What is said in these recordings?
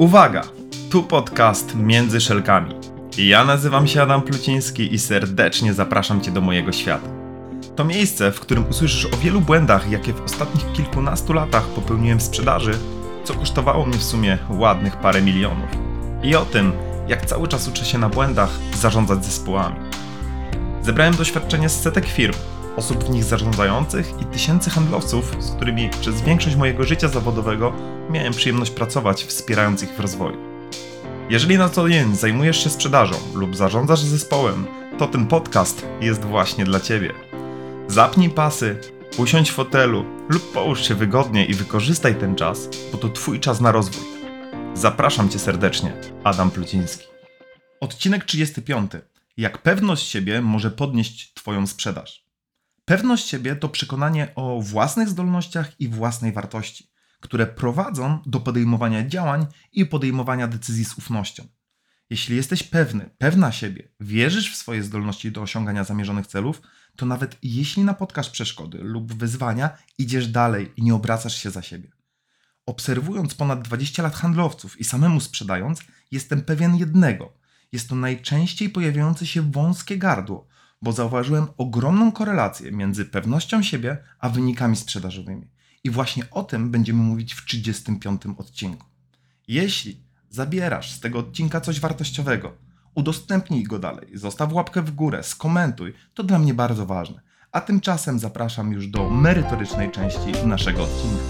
Uwaga! Tu podcast Między Szelkami. Ja nazywam się Adam Pluciński i serdecznie zapraszam Cię do mojego świata. To miejsce, w którym usłyszysz o wielu błędach, jakie w ostatnich kilkunastu latach popełniłem w sprzedaży, co kosztowało mnie w sumie ładnych parę milionów. I o tym, jak cały czas uczę się na błędach zarządzać zespołami. Zebrałem doświadczenie z setek firm, osób w nich zarządzających i tysięcy handlowców, z którymi przez większość mojego życia zawodowego miałem przyjemność pracować, wspierając ich w rozwoju. Jeżeli na co dzień zajmujesz się sprzedażą lub zarządzasz zespołem, to ten podcast jest właśnie dla Ciebie. Zapnij pasy, usiądź w fotelu lub połóż się wygodnie i wykorzystaj ten czas, bo to Twój czas na rozwój. Zapraszam Cię serdecznie, Adam Pluciński. Odcinek 35. Jak pewność siebie może podnieść Twoją sprzedaż. Pewność siebie to przekonanie o własnych zdolnościach i własnej wartości, które prowadzą do podejmowania działań i podejmowania decyzji z ufnością. Jeśli jesteś pewna siebie, wierzysz w swoje zdolności do osiągania zamierzonych celów, to nawet jeśli napotkasz przeszkody lub wyzwania, idziesz dalej i nie obracasz się za siebie. Obserwując ponad 20 lat handlowców i samemu sprzedając, jestem pewien jednego. Jest to najczęściej pojawiające się wąskie gardło, bo zauważyłem ogromną korelację między pewnością siebie a wynikami sprzedażowymi. I właśnie o tym będziemy mówić w 35. odcinku. Jeśli zabierasz z tego odcinka coś wartościowego, udostępnij go dalej, zostaw łapkę w górę, skomentuj, to dla mnie bardzo ważne. A tymczasem zapraszam już do merytorycznej części naszego odcinka.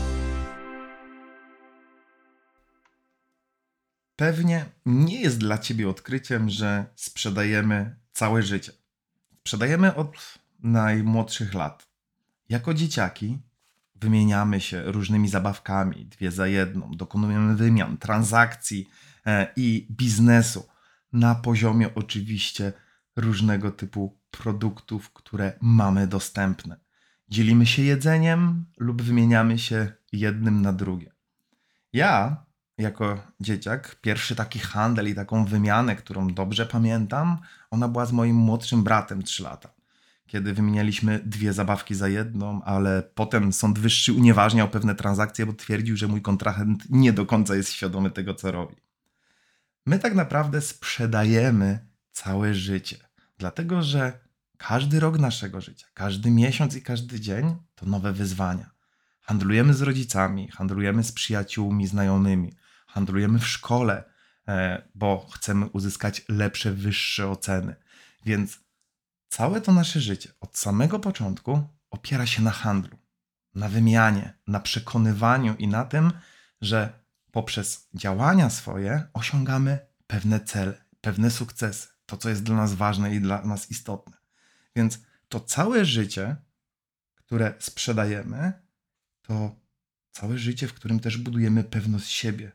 Pewnie nie jest dla Ciebie odkryciem, że sprzedajemy całe życie. Sprzedajemy od najmłodszych lat. Jako dzieciaki wymieniamy się różnymi zabawkami, 2 za 1, dokonujemy wymian, transakcji i biznesu na poziomie oczywiście różnego typu produktów, które mamy dostępne. Dzielimy się jedzeniem lub wymieniamy się jednym na drugie. Ja jako dzieciak, pierwszy taki handel i taką wymianę, którą dobrze pamiętam, ona była z moim młodszym bratem 3 lata. Kiedy wymienialiśmy 2 zabawki za 1, ale potem Sąd Wyższy unieważniał pewne transakcje, bo twierdził, że mój kontrahent nie do końca jest świadomy tego, co robi. My tak naprawdę sprzedajemy całe życie, dlatego że każdy rok naszego życia, każdy miesiąc i każdy dzień to nowe wyzwania. Handlujemy z rodzicami, handlujemy z przyjaciółmi, znajomymi, handlujemy w szkole, bo chcemy uzyskać lepsze, wyższe oceny. Więc całe to nasze życie od samego początku opiera się na handlu, na wymianie, na przekonywaniu i na tym, że poprzez działania swoje osiągamy pewne cele, pewne sukcesy, to co jest dla nas ważne i dla nas istotne. Więc to całe życie, które sprzedajemy, to całe życie, w którym też budujemy pewność siebie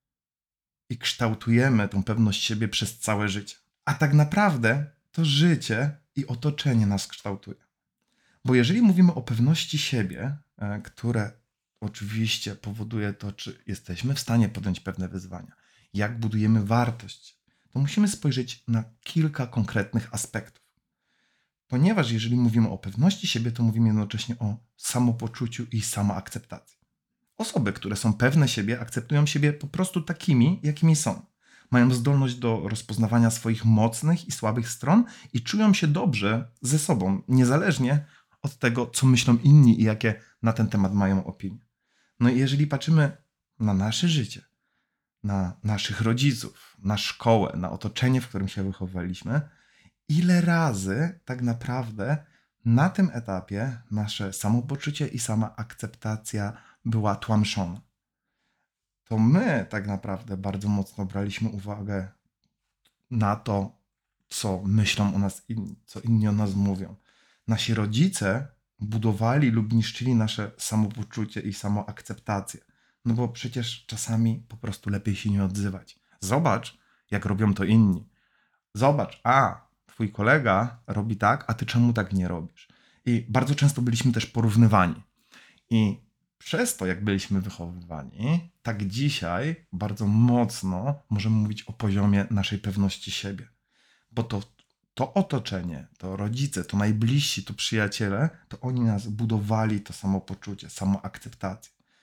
i kształtujemy tą pewność siebie przez całe życie. A tak naprawdę to życie i otoczenie nas kształtuje. Bo jeżeli mówimy o pewności siebie, które oczywiście powoduje to, czy jesteśmy w stanie podjąć pewne wyzwania, jak budujemy wartość, to musimy spojrzeć na kilka konkretnych aspektów. Ponieważ jeżeli mówimy o pewności siebie, to mówimy jednocześnie o samopoczuciu i samoakceptacji. Osoby, które są pewne siebie, akceptują siebie po prostu takimi, jakimi są. Mają zdolność do rozpoznawania swoich mocnych i słabych stron i czują się dobrze ze sobą, niezależnie od tego, co myślą inni i jakie na ten temat mają opinie. No i jeżeli patrzymy na nasze życie, na naszych rodziców, na szkołę, na otoczenie, w którym się wychowaliśmy, ile razy tak naprawdę na tym etapie nasze samopoczucie i sama akceptacja była tłamszona. To my tak naprawdę bardzo mocno braliśmy uwagę na to, co myślą o nas inni, co inni o nas mówią. Nasi rodzice budowali lub niszczyli nasze samopoczucie i samoakceptację. No bo przecież czasami po prostu lepiej się nie odzywać. Zobacz, jak robią to inni. Zobacz, twój kolega robi tak, a ty czemu tak nie robisz? I bardzo często byliśmy też porównywani. I przez to, jak byliśmy wychowywani, tak dzisiaj bardzo mocno możemy mówić o poziomie naszej pewności siebie. Bo to otoczenie, to rodzice, to najbliżsi, to przyjaciele, to oni nas budowali to samopoczucie, samoakceptację.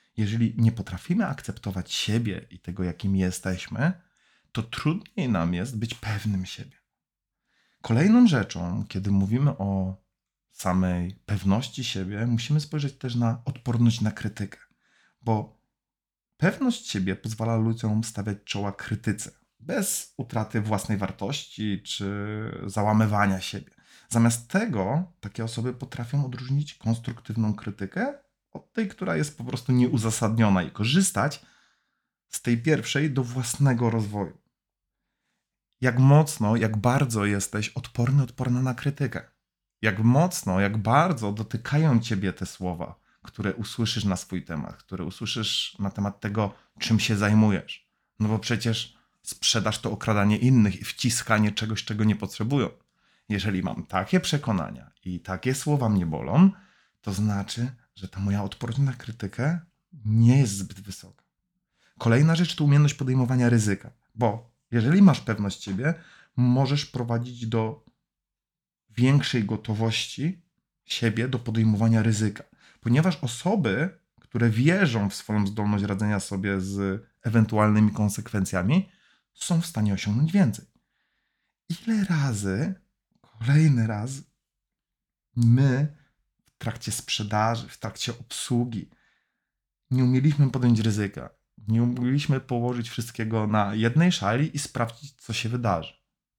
Jeżeli nie potrafimy akceptować siebie i tego, jakim jesteśmy, to trudniej nam jest być pewnym siebie. Kolejną rzeczą, kiedy mówimy o samej pewności siebie, musimy spojrzeć też na odporność na krytykę, bo pewność siebie pozwala ludziom stawiać czoła krytyce, bez utraty własnej wartości czy załamywania siebie. Zamiast tego takie osoby potrafią odróżnić konstruktywną krytykę od tej, która jest po prostu nieuzasadniona i korzystać z tej pierwszej do własnego rozwoju. Jak mocno, jak bardzo jesteś odporna na krytykę. Jak mocno, jak bardzo dotykają ciebie te słowa, które usłyszysz na swój temat, które usłyszysz na temat tego, czym się zajmujesz. No bo przecież sprzedaż to okradanie innych i wciskanie czegoś, czego nie potrzebują. Jeżeli mam takie przekonania i takie słowa mnie bolą, to znaczy, że ta moja odporność na krytykę nie jest zbyt wysoka. Kolejna rzecz to umiejętność podejmowania ryzyka, bo jeżeli masz pewność siebie, możesz prowadzić do większej gotowości siebie do podejmowania ryzyka. Ponieważ osoby, które wierzą w swoją zdolność radzenia sobie z ewentualnymi konsekwencjami, są w stanie osiągnąć więcej. Ile razy, kolejny raz, my w trakcie sprzedaży, w trakcie obsługi nie umieliśmy podjąć ryzyka. Nie umieliśmy położyć wszystkiego na jednej szali i sprawdzić, co się wydarzy.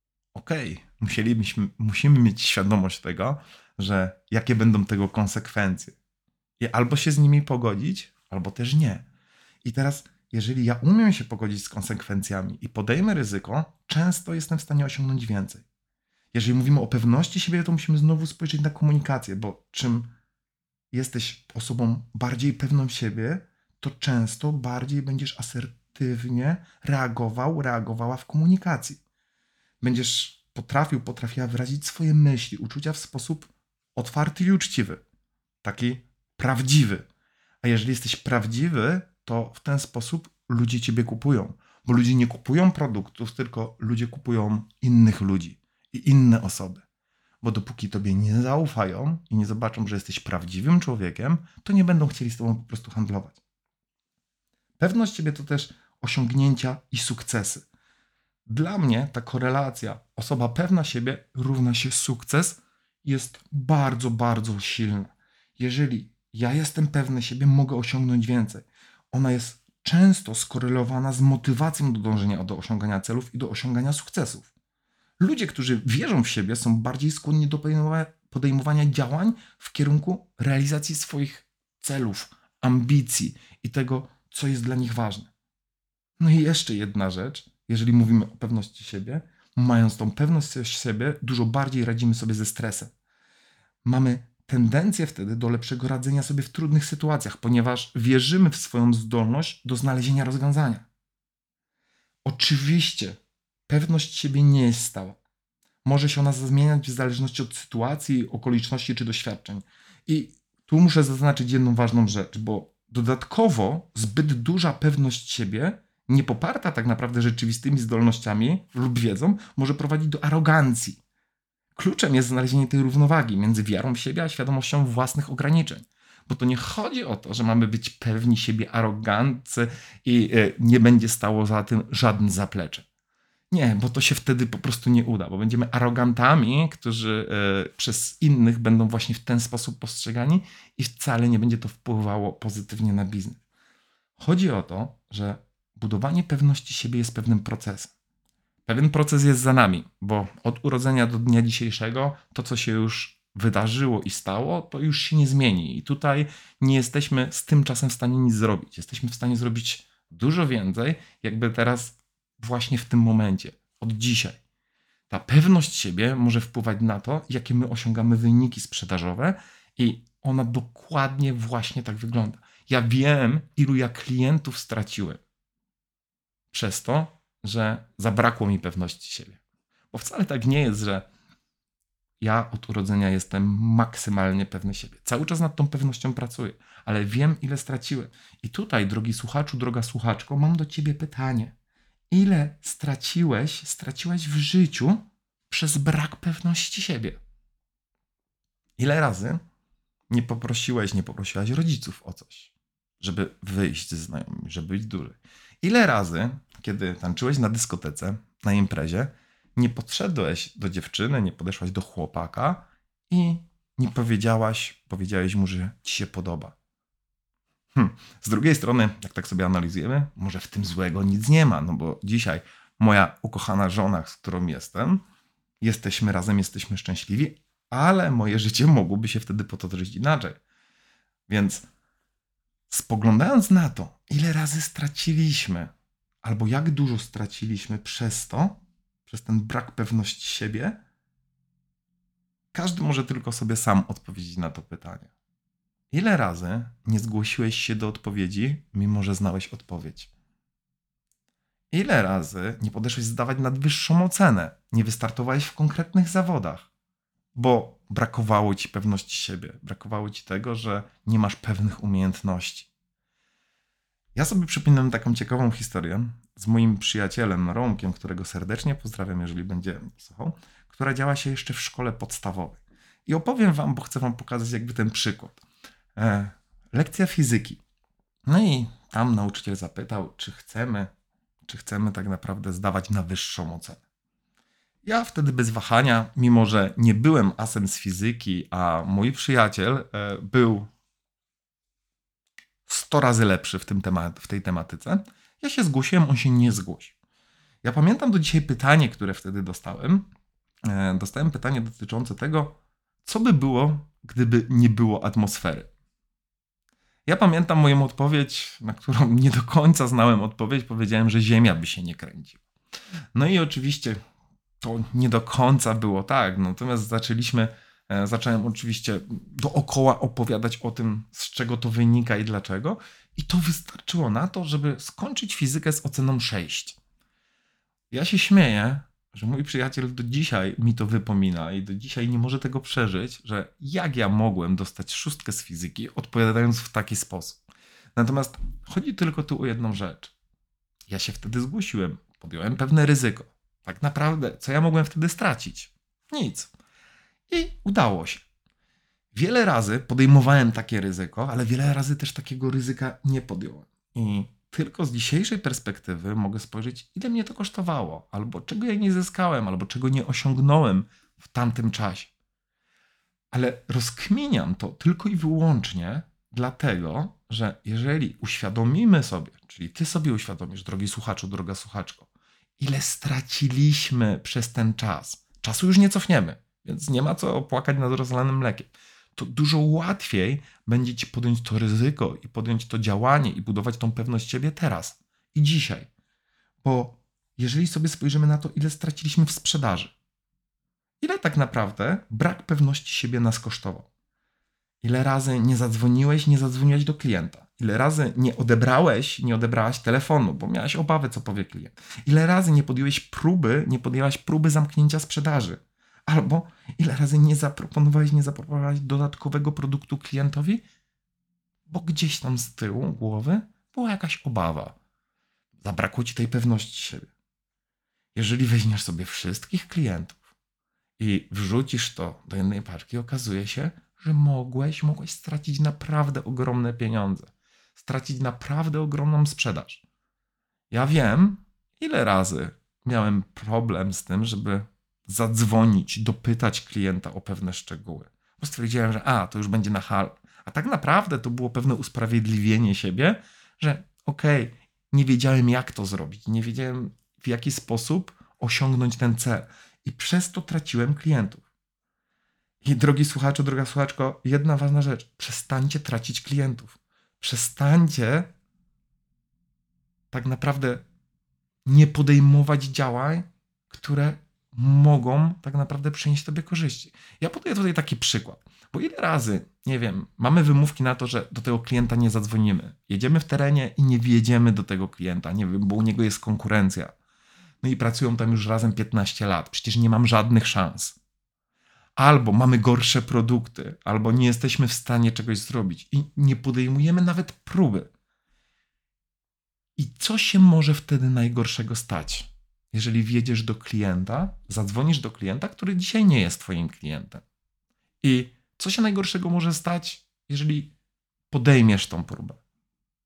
Musimy mieć świadomość tego, że jakie będą tego konsekwencje. I albo się z nimi pogodzić, albo też nie. I teraz, jeżeli ja umiem się pogodzić z konsekwencjami i podejmę ryzyko, często jestem w stanie osiągnąć więcej. Jeżeli mówimy o pewności siebie, to musimy znowu spojrzeć na komunikację, bo czym jesteś osobą bardziej pewną siebie, to często bardziej będziesz asertywnie reagowała w komunikacji. Będziesz potrafiła wyrazić swoje myśli, uczucia w sposób otwarty i uczciwy. Taki prawdziwy. A jeżeli jesteś prawdziwy, to w ten sposób ludzie ciebie kupują. Bo ludzie nie kupują produktów, tylko ludzie kupują innych ludzi i inne osoby. Bo dopóki tobie nie zaufają i nie zobaczą, że jesteś prawdziwym człowiekiem, to nie będą chcieli z tobą po prostu handlować. Pewność siebie to też osiągnięcia i sukcesy. Dla mnie ta korelacja osoba pewna siebie równa się sukces jest bardzo, bardzo silna. Jeżeli ja jestem pewny siebie, mogę osiągnąć więcej. Ona jest często skorelowana z motywacją do dążenia do osiągania celów i do osiągania sukcesów. Ludzie, którzy wierzą w siebie, są bardziej skłonni do podejmowania działań w kierunku realizacji swoich celów, ambicji i tego, co jest dla nich ważne. No i jeszcze jedna rzecz, jeżeli mówimy o pewności siebie, mając tą pewność siebie, dużo bardziej radzimy sobie ze stresem. Mamy tendencję wtedy do lepszego radzenia sobie w trudnych sytuacjach, ponieważ wierzymy w swoją zdolność do znalezienia rozwiązania. Oczywiście pewność siebie nie jest stała. Może się ona zmieniać w zależności od sytuacji, okoliczności czy doświadczeń. I tu muszę zaznaczyć jedną ważną rzecz, bo dodatkowo zbyt duża pewność siebie, nie poparta tak naprawdę rzeczywistymi zdolnościami lub wiedzą, może prowadzić do arogancji. Kluczem jest znalezienie tej równowagi między wiarą w siebie a świadomością własnych ograniczeń. Bo to nie chodzi o to, że mamy być pewni siebie aroganccy i nie będzie stało za tym żadne zaplecze. Nie, bo to się wtedy po prostu nie uda, bo będziemy arogantami, którzy przez innych będą właśnie w ten sposób postrzegani i wcale nie będzie to wpływało pozytywnie na biznes. Chodzi o to, że budowanie pewności siebie jest pewnym procesem. Pewien proces jest za nami, bo od urodzenia do dnia dzisiejszego to, co się już wydarzyło i stało, to już się nie zmieni. I tutaj nie jesteśmy z tym czasem w stanie nic zrobić. Jesteśmy w stanie zrobić dużo więcej, jakby teraz właśnie w tym momencie, od dzisiaj. Ta pewność siebie może wpływać na to, jakie my osiągamy wyniki sprzedażowe i ona dokładnie właśnie tak wygląda. Ja wiem, ilu ja klientów straciłem przez to, że zabrakło mi pewności siebie. Bo wcale tak nie jest, że ja od urodzenia jestem maksymalnie pewny siebie. Cały czas nad tą pewnością pracuję, ale wiem, ile straciłem. I tutaj, drogi słuchaczu, droga słuchaczko, mam do ciebie pytanie. Ile straciłeś w życiu przez brak pewności siebie? Ile razy nie poprosiłaś rodziców o coś? żeby wyjść ze znajomymi, żeby być dłużej. Ile razy, kiedy tańczyłeś na dyskotece, na imprezie, nie podszedłeś do dziewczyny, nie podeszłaś do chłopaka i nie powiedziałeś mu, że ci się podoba. Z drugiej strony, jak tak sobie analizujemy, może w tym złego nic nie ma, no bo dzisiaj moja ukochana żona, z którą jestem, jesteśmy razem, jesteśmy szczęśliwi, ale moje życie mogłoby się wtedy potoczyć inaczej. Więc spoglądając na to, ile razy straciliśmy, albo jak dużo straciliśmy przez to, przez ten brak pewności siebie, każdy może tylko sobie sam odpowiedzieć na to pytanie. Ile razy nie zgłosiłeś się do odpowiedzi, mimo że znałeś odpowiedź? Ile razy nie podeszłeś zdawać nadwyższą ocenę, nie wystartowałeś w konkretnych zawodach, bo brakowało ci pewności siebie, brakowało ci tego, że nie masz pewnych umiejętności. Ja sobie przypominam taką ciekawą historię z moim przyjacielem Romkiem, którego serdecznie pozdrawiam, jeżeli będzie słuchał, która działa się jeszcze w szkole podstawowej. I opowiem wam, bo chcę wam pokazać jakby ten przykład. Lekcja fizyki. No i tam nauczyciel zapytał, czy chcemy tak naprawdę zdawać na wyższą ocenę. Ja wtedy bez wahania, mimo że nie byłem asem z fizyki, a mój przyjaciel był 100 razy lepszy w tej tematyce, ja się zgłosiłem, on się nie zgłosił. Ja pamiętam do dzisiaj pytanie, które wtedy dostałem. Dostałem pytanie dotyczące tego, co by było, gdyby nie było atmosfery. Ja pamiętam moją odpowiedź, na którą nie do końca znałem odpowiedź. Powiedziałem, że Ziemia by się nie kręciła. No i oczywiście to nie do końca było tak. Natomiast zacząłem oczywiście dookoła opowiadać o tym, z czego to wynika i dlaczego. I to wystarczyło na to, żeby skończyć fizykę z oceną 6. Ja się śmieję, że mój przyjaciel do dzisiaj mi to wypomina i do dzisiaj nie może tego przeżyć, że jak ja mogłem dostać 6 z fizyki, odpowiadając w taki sposób. Natomiast chodzi tylko tu o jedną rzecz. Ja się wtedy zgłosiłem, podjąłem pewne ryzyko. Tak naprawdę, co ja mogłem wtedy stracić? Nic. I udało się. Wiele razy podejmowałem takie ryzyko, ale wiele razy też takiego ryzyka nie podjąłem. I tylko z dzisiejszej perspektywy mogę spojrzeć, ile mnie to kosztowało, albo czego ja nie zyskałem, albo czego nie osiągnąłem w tamtym czasie. Ale rozkminiam to tylko i wyłącznie dlatego, że jeżeli uświadomimy sobie, czyli ty sobie uświadomisz, drogi słuchaczu, droga słuchaczko, ile straciliśmy przez ten czas. Czasu już nie cofniemy, więc nie ma co płakać nad rozlanym mlekiem. To dużo łatwiej będzie ci podjąć to ryzyko i podjąć to działanie i budować tą pewność siebie teraz i dzisiaj. Bo jeżeli sobie spojrzymy na to, ile straciliśmy w sprzedaży, ile tak naprawdę brak pewności siebie nas kosztował. Ile razy nie zadzwoniłeś do klienta. Ile razy nie odebrałaś telefonu, bo miałaś obawy, co powie klient. Ile razy nie podjęłaś próby zamknięcia sprzedaży. Albo ile razy nie zaproponowałeś dodatkowego produktu klientowi, bo gdzieś tam z tyłu głowy była jakaś obawa. Zabrakło ci tej pewności siebie. Jeżeli weźmiesz sobie wszystkich klientów i wrzucisz to do jednej paczki, okazuje się, że mogłeś stracić naprawdę ogromne pieniądze. Stracić naprawdę ogromną sprzedaż. Ja wiem, ile razy miałem problem z tym, żeby zadzwonić, dopytać klienta o pewne szczegóły. Bo stwierdziłem, że to już będzie na hal. A tak naprawdę to było pewne usprawiedliwienie siebie, że nie wiedziałem jak to zrobić, nie wiedziałem w jaki sposób osiągnąć ten cel. I przez to traciłem klientów. I drogi słuchaczu, droga słuchaczko, jedna ważna rzecz. Przestańcie tracić klientów. Przestańcie tak naprawdę nie podejmować działań, które mogą tak naprawdę przynieść tobie korzyści. Ja podaję tutaj taki przykład. Bo ile razy, nie wiem, mamy wymówki na to, że do tego klienta nie zadzwonimy. Jedziemy w terenie i nie wjedziemy do tego klienta, nie wiem, bo u niego jest konkurencja. No i pracują tam już razem 15 lat. Przecież nie mam żadnych szans. Albo mamy gorsze produkty, albo nie jesteśmy w stanie czegoś zrobić i nie podejmujemy nawet próby. I co się może wtedy najgorszego stać? Jeżeli wjedziesz do klienta, zadzwonisz do klienta, który dzisiaj nie jest twoim klientem. I co się najgorszego może stać, jeżeli podejmiesz tą próbę?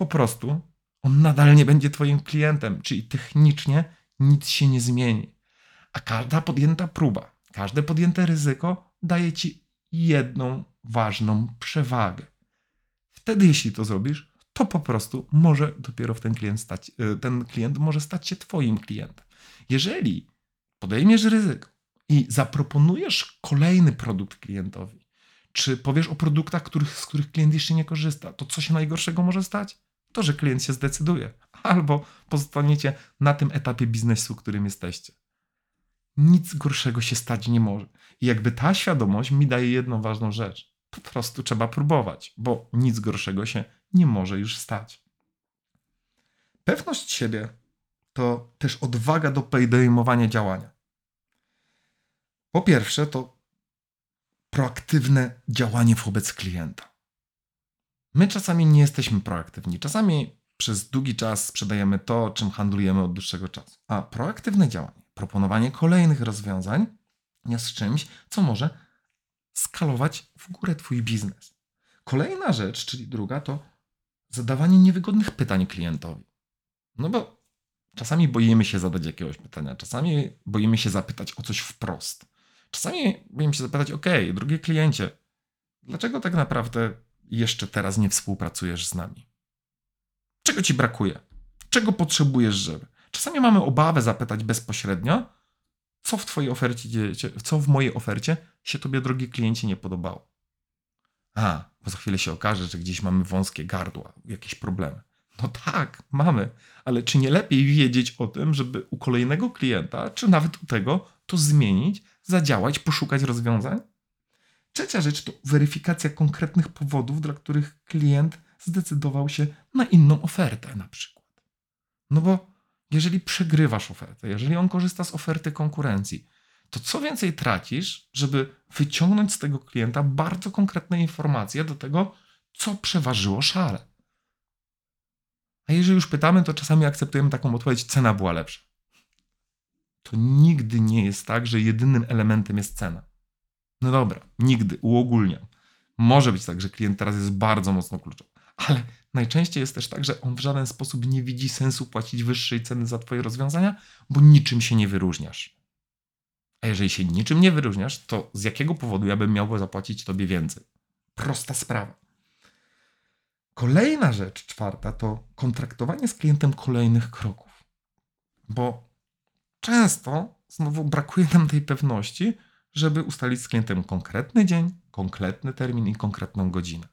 po prostu on nadal nie będzie twoim klientem, czyli technicznie nic się nie zmieni. A każda podjęta próba, każde podjęte ryzyko daje ci jedną ważną przewagę. Wtedy, jeśli to zrobisz, to po prostu może dopiero ten klient może stać się twoim klientem. Jeżeli podejmiesz ryzyko i zaproponujesz kolejny produkt klientowi, czy powiesz o produktach, z których klient jeszcze nie korzysta, to co się najgorszego może stać? To, że klient się zdecyduje. Albo pozostaniecie na tym etapie biznesu, w którym jesteście. Nic gorszego się stać nie może. I jakby ta świadomość mi daje jedną ważną rzecz. Po prostu trzeba próbować, bo nic gorszego się nie może już stać. Pewność siebie to też odwaga do podejmowania działania. Po pierwsze, to proaktywne działanie wobec klienta. My czasami nie jesteśmy proaktywni. Czasami przez długi czas sprzedajemy to, czym handlujemy od dłuższego czasu. A proaktywne działanie, proponowanie kolejnych rozwiązań jest czymś, co może skalować w górę twój biznes. Kolejna rzecz, czyli druga, to zadawanie niewygodnych pytań klientowi. No bo czasami boimy się zadać jakiegoś pytania, czasami boimy się zapytać o coś wprost. Czasami boimy się zapytać, drogi kliencie, dlaczego tak naprawdę jeszcze teraz nie współpracujesz z nami? Czego ci brakuje? Czego potrzebujesz, żeby? Czasami mamy obawę zapytać bezpośrednio, co w mojej ofercie się tobie, drogi kliencie, nie podobało. Bo za chwilę się okaże, że gdzieś mamy wąskie gardła, jakieś problemy. No tak, mamy, ale czy nie lepiej wiedzieć o tym, żeby u kolejnego klienta, czy nawet u tego, to zmienić, zadziałać, poszukać rozwiązań? Trzecia rzecz to weryfikacja konkretnych powodów, dla których klient zdecydował się na inną ofertę na przykład. No bo jeżeli przegrywasz ofertę, jeżeli on korzysta z oferty konkurencji, to co więcej tracisz, żeby wyciągnąć z tego klienta bardzo konkretne informacje do tego, co przeważyło szale. A jeżeli już pytamy, to czasami akceptujemy taką odpowiedź, cena była lepsza. To nigdy nie jest tak, że jedynym elementem jest cena. No dobra, nigdy, uogólniam. Może być tak, że klient teraz jest bardzo mocno kluczowy, ale najczęściej jest też tak, że on w żaden sposób nie widzi sensu płacić wyższej ceny za twoje rozwiązania, bo niczym się nie wyróżniasz. A jeżeli się niczym nie wyróżniasz, to z jakiego powodu ja bym miał zapłacić tobie więcej? Prosta sprawa. Kolejna rzecz, czwarta, to kontraktowanie z klientem kolejnych kroków. Bo często znowu brakuje nam tej pewności, żeby ustalić z klientem konkretny dzień, konkretny termin i konkretną godzinę.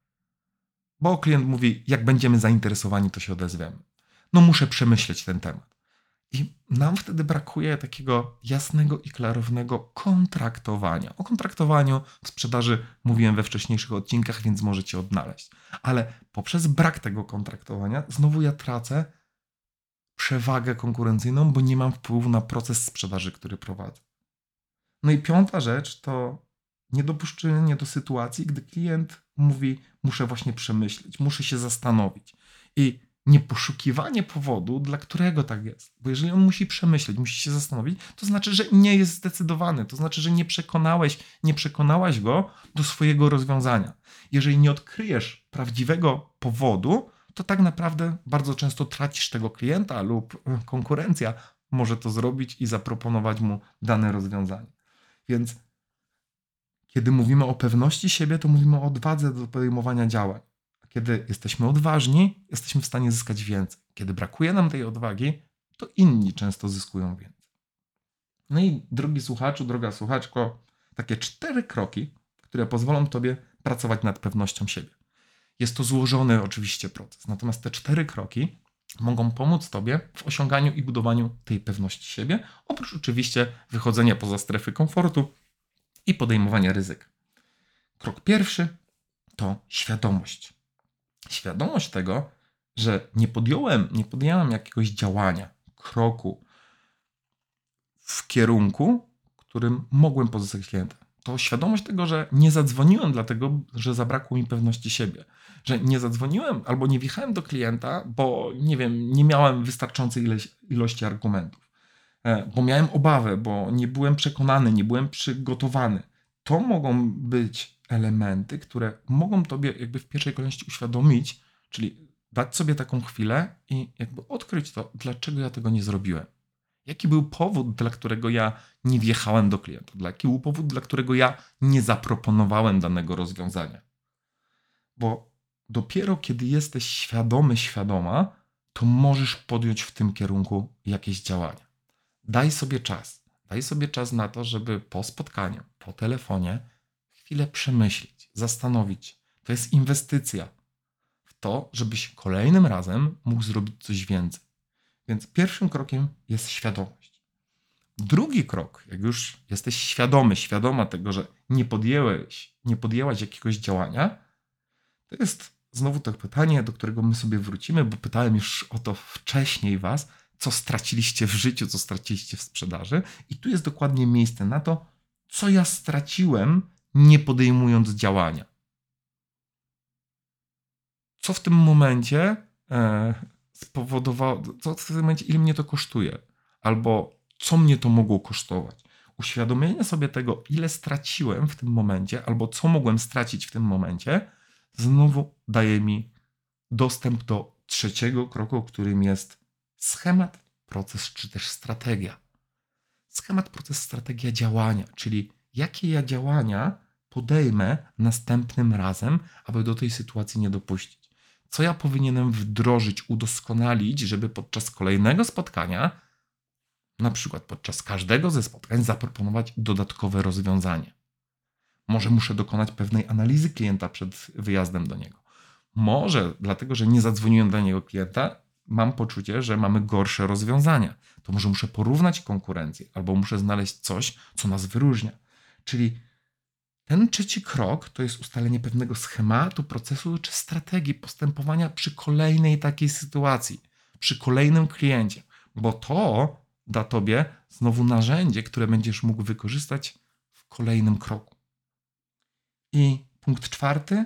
Bo klient mówi, jak będziemy zainteresowani, to się odezwiemy. No muszę przemyśleć ten temat. I nam wtedy brakuje takiego jasnego i klarownego kontraktowania. O kontraktowaniu w sprzedaży mówiłem we wcześniejszych odcinkach, więc możecie odnaleźć. Ale poprzez brak tego kontraktowania znowu ja tracę przewagę konkurencyjną, bo nie mam wpływu na proces sprzedaży, który prowadzę. No i piąta rzecz to niedopuszczenie do sytuacji, gdy klient mówi, muszę właśnie przemyśleć, muszę się zastanowić. I nie poszukiwanie powodu, dla którego tak jest. Bo jeżeli on musi przemyśleć, musi się zastanowić, to znaczy, że nie jest zdecydowany. To znaczy, że nie przekonałaś go do swojego rozwiązania. Jeżeli nie odkryjesz prawdziwego powodu, to tak naprawdę bardzo często tracisz tego klienta lub konkurencja może to zrobić i zaproponować mu dane rozwiązanie. Więc kiedy mówimy o pewności siebie, to mówimy o odwadze do podejmowania działań. A kiedy jesteśmy odważni, jesteśmy w stanie zyskać więcej. Kiedy brakuje nam tej odwagi, to inni często zyskują więcej. No i drogi słuchaczu, droga słuchaczko, takie 4 kroki, które pozwolą tobie pracować nad pewnością siebie. Jest to złożony oczywiście proces, natomiast te 4 kroki mogą pomóc tobie w osiąganiu i budowaniu tej pewności siebie, oprócz oczywiście wychodzenia poza strefy komfortu i podejmowania ryzyka. Krok pierwszy to świadomość. Świadomość tego, że nie podjąłem jakiegoś działania, kroku w kierunku, którym mogłem pozyskać klienta. To świadomość tego, że nie zadzwoniłem dlatego, że zabrakło mi pewności siebie. Że nie zadzwoniłem albo nie wjechałem do klienta, bo nie miałem wystarczającej ilości argumentów. Bo miałem obawę, bo nie byłem przekonany, nie byłem przygotowany. To mogą być elementy, które mogą tobie jakby w pierwszej kolejności uświadomić, czyli dać sobie taką chwilę i jakby odkryć to, dlaczego ja tego nie zrobiłem. Jaki był powód, dla którego ja nie wjechałem do klienta? Jaki był powód, dla którego ja nie zaproponowałem danego rozwiązania? Bo dopiero kiedy jesteś świadomy, świadoma, to możesz podjąć w tym kierunku jakieś działania. Daj sobie czas. Daj sobie czas na to, żeby po spotkaniu, po telefonie chwilę przemyśleć, zastanowić. To jest inwestycja w to, żebyś kolejnym razem mógł zrobić coś więcej. Więc pierwszym krokiem jest świadomość. Drugi krok, jak już jesteś świadomy, świadoma tego, że nie podjęłaś jakiegoś działania, to jest znowu to pytanie, do którego my sobie wrócimy, bo pytałem już o to wcześniej was, co straciliście w życiu, co straciliście w sprzedaży. I tu jest dokładnie miejsce na to, co ja straciłem, nie podejmując działania. Co w tym momencie spowodowało, co w tym momencie, ile mnie to kosztuje, albo co mnie to mogło kosztować. Uświadomienie sobie tego, ile straciłem w tym momencie, albo co mogłem stracić w tym momencie, znowu daje mi dostęp do trzeciego kroku, którym jest schemat, proces czy też strategia. Schemat, proces, strategia działania, czyli jakie ja działania podejmę następnym razem, aby do tej sytuacji nie dopuścić. Co ja powinienem wdrożyć, udoskonalić, żeby podczas kolejnego spotkania, na przykład podczas każdego ze spotkań, zaproponować dodatkowe rozwiązanie. Może muszę dokonać pewnej analizy klienta przed wyjazdem do niego. Może dlatego, że nie zadzwoniłem do niego klienta, mam poczucie, że mamy gorsze rozwiązania. To może muszę porównać konkurencję, albo muszę znaleźć coś, co nas wyróżnia. Czyli ten trzeci krok to jest ustalenie pewnego schematu, procesu czy strategii postępowania przy kolejnej takiej sytuacji, przy kolejnym kliencie, bo to da tobie znowu narzędzie, które będziesz mógł wykorzystać w kolejnym kroku. I punkt czwarty.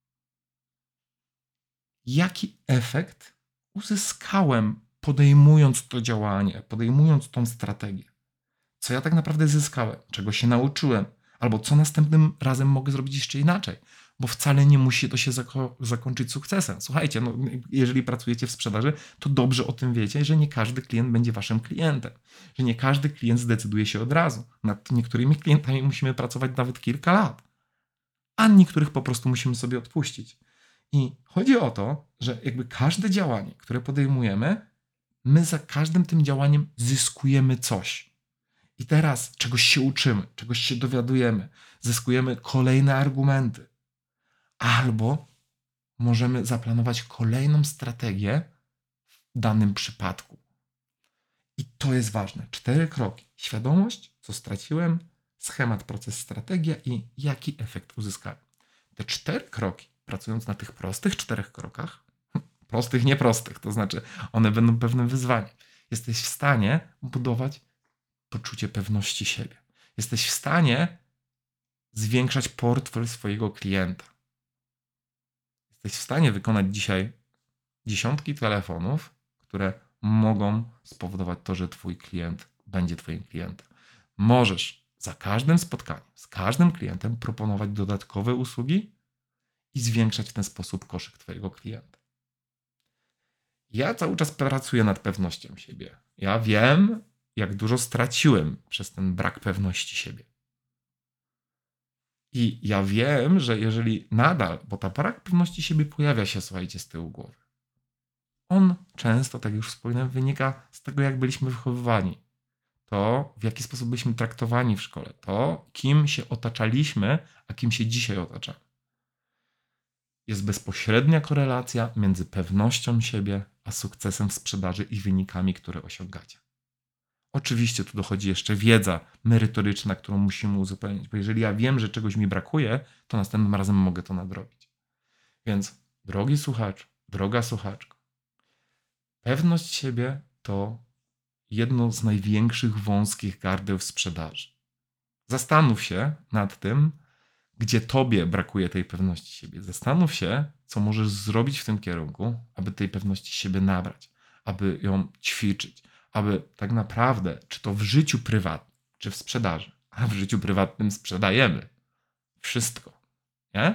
Jaki efekt uzyskałem podejmując to działanie, podejmując tą strategię? Co ja tak naprawdę zyskałem? Czego się nauczyłem? Albo co następnym razem mogę zrobić jeszcze inaczej? Bo wcale nie musi to się zakończyć sukcesem. Słuchajcie, no, jeżeli pracujecie w sprzedaży, to dobrze o tym wiecie, że nie każdy klient będzie waszym klientem. Że nie każdy klient zdecyduje się od razu. Nad niektórymi klientami musimy pracować nawet kilka lat. A niektórych po prostu musimy sobie odpuścić. I chodzi o to, że jakby każde działanie, które podejmujemy, my za każdym tym działaniem zyskujemy coś. I teraz czegoś się uczymy, czegoś się dowiadujemy, zyskujemy kolejne argumenty. Albo możemy zaplanować kolejną strategię w danym przypadku. I to jest ważne. 4 kroki. Świadomość, co straciłem, schemat, proces, strategia i jaki efekt uzyskałem. Te 4 kroki, pracując na tych prostych 4 krokach, prostych, nieprostych, to znaczy one będą pewnym wyzwaniem, jesteś w stanie budować poczucie pewności siebie. Jesteś w stanie zwiększać portfel swojego klienta. Jesteś w stanie wykonać dzisiaj dziesiątki telefonów, które mogą spowodować to, że twój klient będzie twoim klientem. Możesz za każdym spotkaniem, z każdym klientem proponować dodatkowe usługi i zwiększać w ten sposób koszyk twojego klienta. Ja cały czas pracuję nad pewnością siebie. Ja wiem, jak dużo straciłem przez ten brak pewności siebie. I ja wiem, że jeżeli nadal, bo ta brak pewności siebie pojawia się, słuchajcie, z tyłu głowy. On często, tak już wspominałem, wynika z tego, jak byliśmy wychowywani. To, w jaki sposób byliśmy traktowani w szkole. To, kim się otaczaliśmy, a kim się dzisiaj otaczamy. Jest bezpośrednia korelacja między pewnością siebie, a sukcesem w sprzedaży i wynikami, które osiągacie. Oczywiście tu dochodzi jeszcze wiedza merytoryczna, którą musimy uzupełnić, bo jeżeli ja wiem, że czegoś mi brakuje, to następnym razem mogę to nadrobić. Więc drogi słuchacz, droga słuchaczko, pewność siebie to jedno z największych wąskich gardeł w sprzedaży. Zastanów się nad tym, gdzie tobie brakuje tej pewności siebie. Zastanów się, co możesz zrobić w tym kierunku, aby tej pewności siebie nabrać, aby ją ćwiczyć, aby tak naprawdę, czy to w życiu prywatnym, czy w sprzedaży, a w życiu prywatnym sprzedajemy wszystko, nie?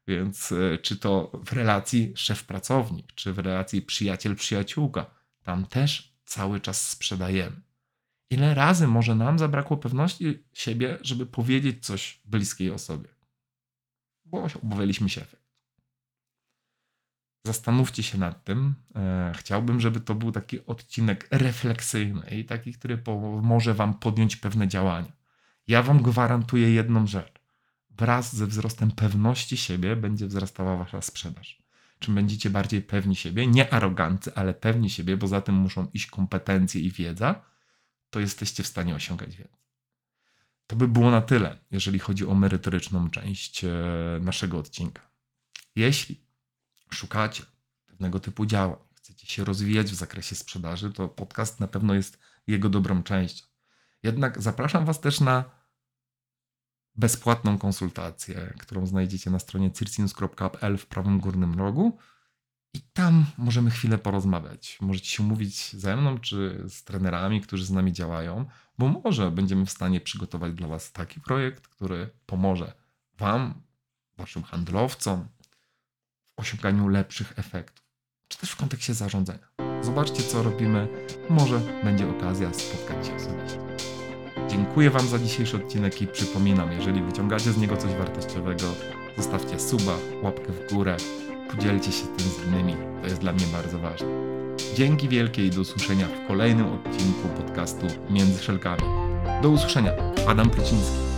Więc czy to w relacji szef-pracownik, czy w relacji przyjaciel-przyjaciółka, tam też cały czas sprzedajemy. Ile razy może nam zabrakło pewności siebie, żeby powiedzieć coś bliskiej osobie? Bo obawialiśmy się efektu. Zastanówcie się nad tym. Chciałbym, żeby to był taki odcinek refleksyjny i taki, który pomoże wam podjąć pewne działania. Ja wam gwarantuję jedną rzecz. Wraz ze wzrostem pewności siebie będzie wzrastała wasza sprzedaż. Czym będziecie bardziej pewni siebie, nie arogancy, ale pewni siebie, bo za tym muszą iść kompetencje i wiedza, to jesteście w stanie osiągać więcej. To by było na tyle, jeżeli chodzi o merytoryczną część naszego odcinka. Jeśli szukacie pewnego typu działań, chcecie się rozwijać w zakresie sprzedaży, to podcast na pewno jest jego dobrą częścią. Jednak zapraszam was też na bezpłatną konsultację, którą znajdziecie na stronie circinus.pl w prawym górnym rogu i tam możemy chwilę porozmawiać. Możecie się umówić ze mną czy z trenerami, którzy z nami działają, bo może będziemy w stanie przygotować dla was taki projekt, który pomoże wam, waszym handlowcom w osiąganiu lepszych efektów, czy też w kontekście zarządzania. Zobaczcie, co robimy. Może będzie okazja spotkać się osobiście. Dziękuję wam za dzisiejszy odcinek i przypominam, jeżeli wyciągacie z niego coś wartościowego, zostawcie suba, łapkę w górę, podzielcie się tym z innymi. To jest dla mnie bardzo ważne. Dzięki wielkie i do usłyszenia w kolejnym odcinku podcastu Między Szelkami. Do usłyszenia. Adam Pryciński.